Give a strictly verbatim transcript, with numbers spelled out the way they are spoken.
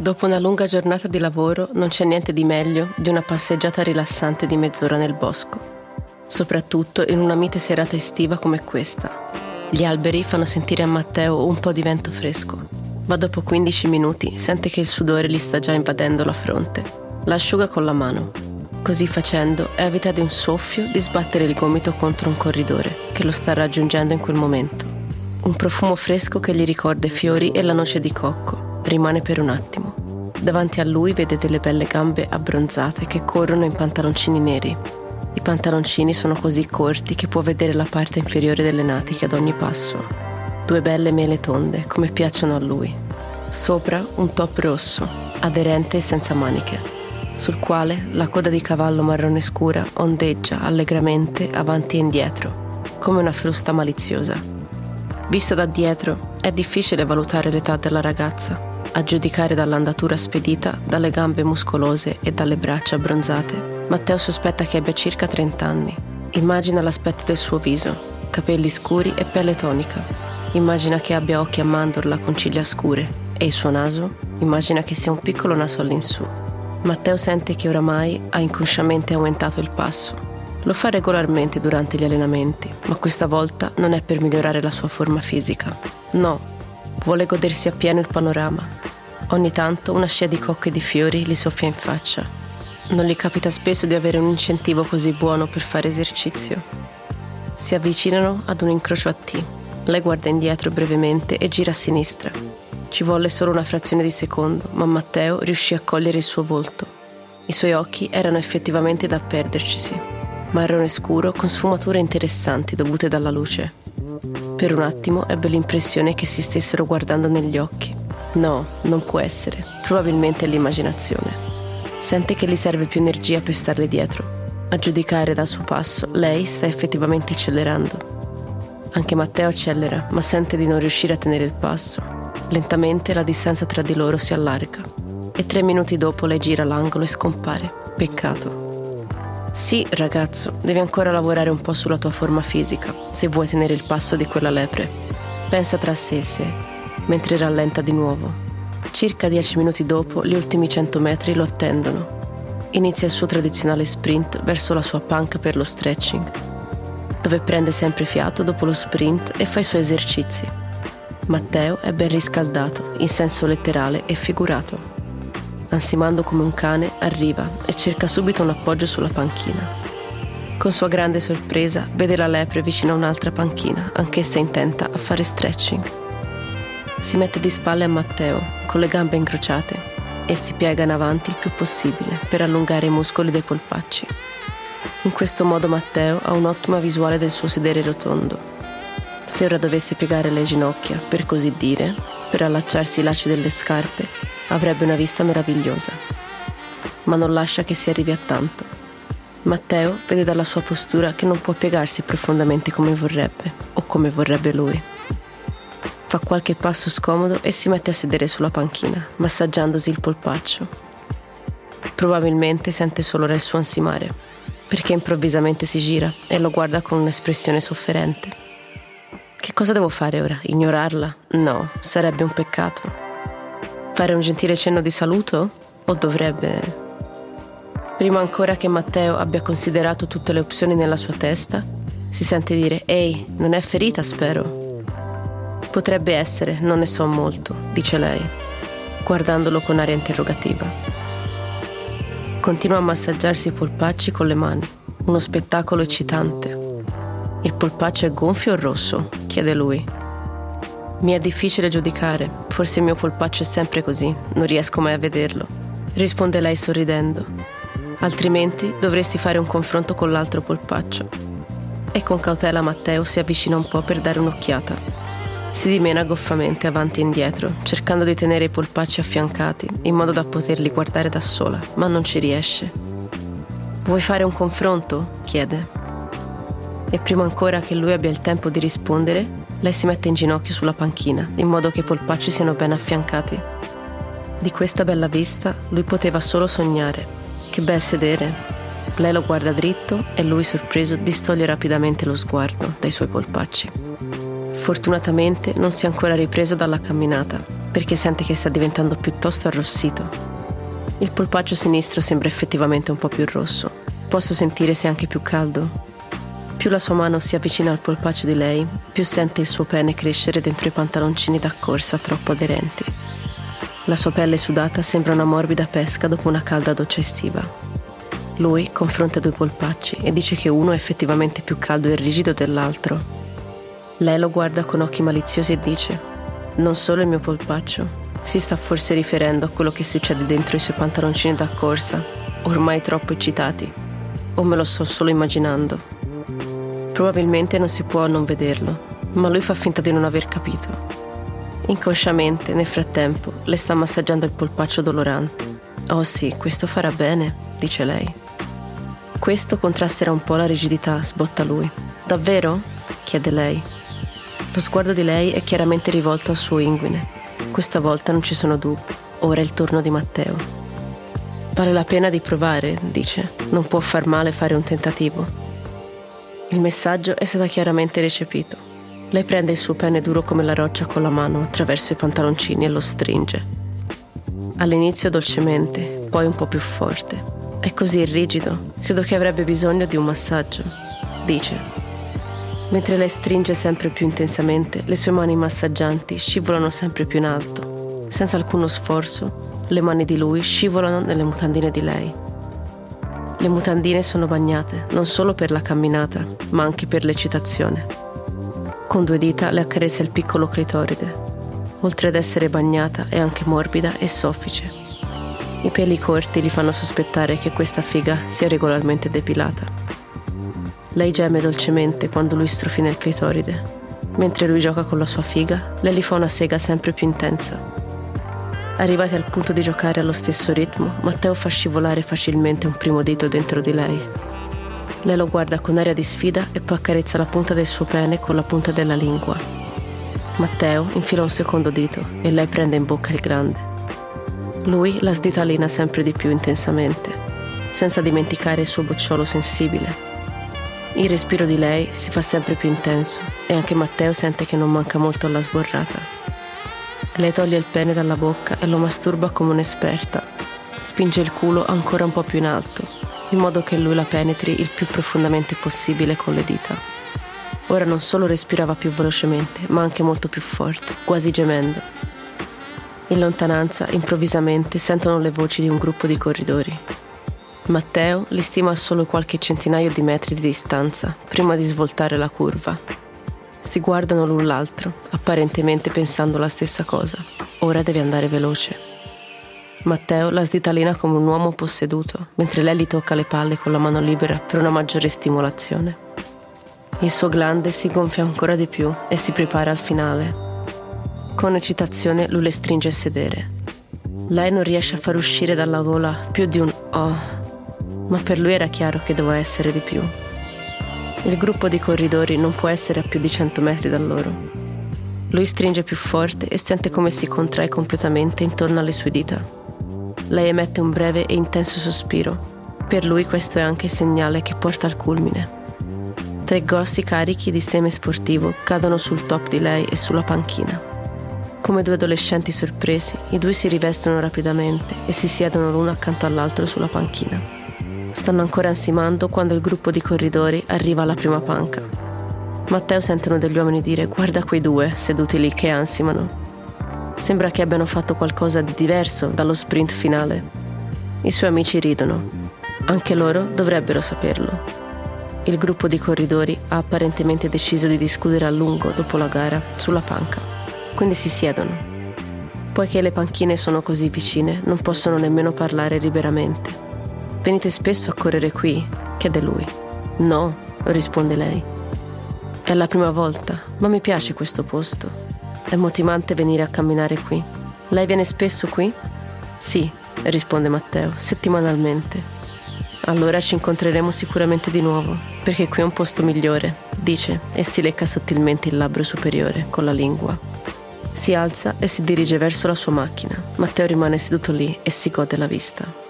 Dopo una lunga giornata di lavoro non c'è niente di meglio di una passeggiata rilassante di mezz'ora nel bosco, soprattutto in una mite serata estiva come questa. Gli alberi fanno sentire a Matteo un po' di vento fresco, ma dopo quindici minuti sente che il sudore gli sta già invadendo la fronte. La asciuga con la mano. Così facendo è a vita di un soffio di sbattere il gomito contro un corridore che lo sta raggiungendo in quel momento. Un profumo fresco che gli ricorda i fiori e la noce di cocco. Rimane per un attimo. Davanti a lui vede delle belle gambe abbronzate che corrono in pantaloncini neri. I pantaloncini sono così corti che può vedere la parte inferiore delle natiche ad ogni passo. Due belle mele tonde, come piacciono a lui. Sopra un top rosso, aderente e senza maniche, sul quale la coda di cavallo marrone scura ondeggia allegramente avanti e indietro, come una frusta maliziosa. Vista da dietro, è difficile valutare l'età della ragazza, a giudicare dall'andatura spedita, dalle gambe muscolose e dalle braccia abbronzate. Matteo sospetta che abbia circa trenta anni. Immagina l'aspetto del suo viso, capelli scuri e pelle tonica. Immagina che abbia occhi a mandorla con ciglia scure e il suo naso, immagina che sia un piccolo naso all'insù. Matteo sente che oramai ha inconsciamente aumentato il passo. Lo fa regolarmente durante gli allenamenti, ma questa volta non è per migliorare la sua forma fisica. No, vuole godersi appieno il panorama. Ogni tanto una scia di cocco e di fiori gli soffia in faccia. Non gli capita spesso di avere un incentivo così buono per fare esercizio. Si avvicinano ad un incrocio a T. Lei guarda indietro brevemente e gira a sinistra. Ci volle solo una frazione di secondo, ma Matteo riuscì a cogliere il suo volto. I suoi occhi erano effettivamente da perdercisi. Marrone scuro con sfumature interessanti dovute dalla luce. Per un attimo ebbe l'impressione che si stessero guardando negli occhi. No, non può essere. Probabilmente è l'immaginazione. Sente che gli serve più energia per starle dietro. A giudicare dal suo passo, lei sta effettivamente accelerando. Anche Matteo accelera, ma sente di non riuscire a tenere il passo. Lentamente la distanza tra di loro si allarga. E tre minuti dopo lei gira l'angolo e scompare. Peccato. Sì, ragazzo, devi ancora lavorare un po' sulla tua forma fisica, se vuoi tenere il passo di quella lepre. Pensa tra sé e sé, mentre rallenta di nuovo. Circa dieci minuti dopo, gli ultimi cento metri lo attendono. Inizia il suo tradizionale sprint verso la sua panca per lo stretching, dove prende sempre fiato dopo lo sprint e fa i suoi esercizi. Matteo è ben riscaldato, in senso letterale e figurato. Ansimando come un cane, arriva e cerca subito un appoggio sulla panchina. Con sua grande sorpresa, vede la lepre vicino a un'altra panchina, anch'essa intenta a fare stretching. Si mette di spalle a Matteo, con le gambe incrociate, e si piega in avanti il più possibile per allungare i muscoli dei polpacci. In questo modo Matteo ha un'ottima visuale del suo sedere rotondo. Se ora dovesse piegare le ginocchia, per così dire, per allacciarsi i lacci delle scarpe, avrebbe una vista meravigliosa. Ma non lascia che si arrivi a tanto. Matteo vede dalla sua postura che non può piegarsi profondamente come vorrebbe, o come vorrebbe lui. Fa qualche passo scomodo e si mette a sedere sulla panchina, massaggiandosi il polpaccio. Probabilmente sente solo il suo ansimare, perché improvvisamente si gira e lo guarda con un'espressione sofferente. Che cosa devo fare ora? Ignorarla? No, sarebbe un peccato. Fare un gentile cenno di saluto? O dovrebbe... Prima ancora che Matteo abbia considerato tutte le opzioni nella sua testa, si sente dire «Ehi, non è ferita, spero?» «Potrebbe essere, non ne so molto», dice lei, guardandolo con aria interrogativa. Continua a massaggiarsi i polpacci con le mani, uno spettacolo eccitante. «Il polpaccio è gonfio o rosso?» chiede lui. «Mi è difficile giudicare, forse il mio polpaccio è sempre così, non riesco mai a vederlo», risponde lei sorridendo. «Altrimenti dovresti fare un confronto con l'altro polpaccio». E con cautela Matteo si avvicina un po' per dare un'occhiata. Si dimena goffamente avanti e indietro, cercando di tenere i polpacci affiancati, in modo da poterli guardare da sola, ma non ci riesce. «Vuoi fare un confronto?» chiede. E prima ancora che lui abbia il tempo di rispondere, lei si mette in ginocchio sulla panchina, in modo che i polpacci siano ben affiancati. Di questa bella vista lui poteva solo sognare. Che bel sedere! Lei lo guarda dritto e lui, sorpreso, distoglie rapidamente lo sguardo dai suoi polpacci. Fortunatamente non si è ancora ripreso dalla camminata, perché sente che sta diventando piuttosto arrossito. Il polpaccio sinistro sembra effettivamente un po' più rosso. Posso sentire se è anche più caldo. Più la sua mano si avvicina al polpaccio di lei, più sente il suo pene crescere dentro i pantaloncini da corsa troppo aderenti. La sua pelle sudata sembra una morbida pesca dopo una calda doccia estiva. Lui confronta due polpacci e dice che uno è effettivamente più caldo e rigido dell'altro. Lei lo guarda con occhi maliziosi e dice: «Non solo il mio polpaccio. Si sta forse riferendo a quello che succede dentro i suoi pantaloncini da corsa, ormai troppo eccitati. O me lo sto solo immaginando?» Probabilmente non si può non vederlo, ma lui fa finta di non aver capito. Inconsciamente, nel frattempo, le sta massaggiando il polpaccio dolorante. «Oh sì, questo farà bene», dice lei. «Questo contrasterà un po' la rigidità», sbotta lui. «Davvero?» chiede lei. Lo sguardo di lei è chiaramente rivolto al suo inguine. Questa volta non ci sono dubbi. Ora è il turno di Matteo. «Vale la pena di provare», dice. «Non può far male fare un tentativo». Il messaggio è stato chiaramente recepito. Lei prende il suo pene duro come la roccia con la mano attraverso i pantaloncini e lo stringe. All'inizio dolcemente, poi un po' più forte. È così rigido, credo che avrebbe bisogno di un massaggio, dice. Mentre lei stringe sempre più intensamente, le sue mani massaggianti scivolano sempre più in alto. Senza alcuno sforzo, le mani di lui scivolano nelle mutandine di lei. Le mutandine sono bagnate, non solo per la camminata, ma anche per l'eccitazione. Con due dita le accarezza il piccolo clitoride. Oltre ad essere bagnata, è anche morbida e soffice. I peli corti gli fanno sospettare che questa figa sia regolarmente depilata. Lei geme dolcemente quando lui strofina il clitoride. Mentre lui gioca con la sua figa, lei gli fa una sega sempre più intensa. Arrivati al punto di giocare allo stesso ritmo, Matteo fa scivolare facilmente un primo dito dentro di lei. Lei lo guarda con aria di sfida e poi accarezza la punta del suo pene con la punta della lingua. Matteo infila un secondo dito e lei prende in bocca il grande. Lui la sditalina sempre di più intensamente, senza dimenticare il suo bocciolo sensibile. Il respiro di lei si fa sempre più intenso e anche Matteo sente che non manca molto alla sborrata. Lei toglie il pene dalla bocca e lo masturba come un'esperta. Spinge il culo ancora un po' più in alto, in modo che lui la penetri il più profondamente possibile con le dita. Ora non solo respirava più velocemente, ma anche molto più forte, quasi gemendo. In lontananza, improvvisamente, sentono le voci di un gruppo di corridori. Matteo li stima a solo qualche centinaio di metri di distanza, prima di svoltare la curva. Si guardano l'un l'altro, apparentemente pensando la stessa cosa. Ora deve andare veloce. Matteo la sditalina come un uomo posseduto, mentre lei gli tocca le palle con la mano libera per una maggiore stimolazione. Il suo glande si gonfia ancora di più e si prepara al finale. Con eccitazione lui le stringe a sedere. Lei non riesce a far uscire dalla gola più di un «oh», ma per lui era chiaro che doveva essere di più. Il gruppo di corridori non può essere a più di cento metri da loro. Lui stringe più forte e sente come si contrae completamente intorno alle sue dita. Lei emette un breve e intenso sospiro. Per lui questo è anche il segnale che porta al culmine. Tre grossi carichi di seme sportivo cadono sul top di lei e sulla panchina. Come due adolescenti sorpresi, i due si rivestono rapidamente e si siedono l'uno accanto all'altro sulla panchina. Stanno ancora ansimando quando il gruppo di corridori arriva alla prima panca. Matteo sente uno degli uomini dire: «Guarda quei due seduti lì che ansimano». Sembra che abbiano fatto qualcosa di diverso dallo sprint finale. I suoi amici ridono. Anche loro dovrebbero saperlo. Il gruppo di corridori ha apparentemente deciso di discutere a lungo dopo la gara sulla panca. Quindi si siedono. Poiché le panchine sono così vicine, non possono nemmeno parlare liberamente. «Venite spesso a correre qui?» chiede lui. «No», risponde lei. «È la prima volta, ma mi piace questo posto. È motivante venire a camminare qui. Lei viene spesso qui?» «Sì», risponde Matteo, «settimanalmente». «Allora ci incontreremo sicuramente di nuovo, perché qui è un posto migliore», dice e si lecca sottilmente il labbro superiore con la lingua. Si alza e si dirige verso la sua macchina. Matteo rimane seduto lì e si gode la vista.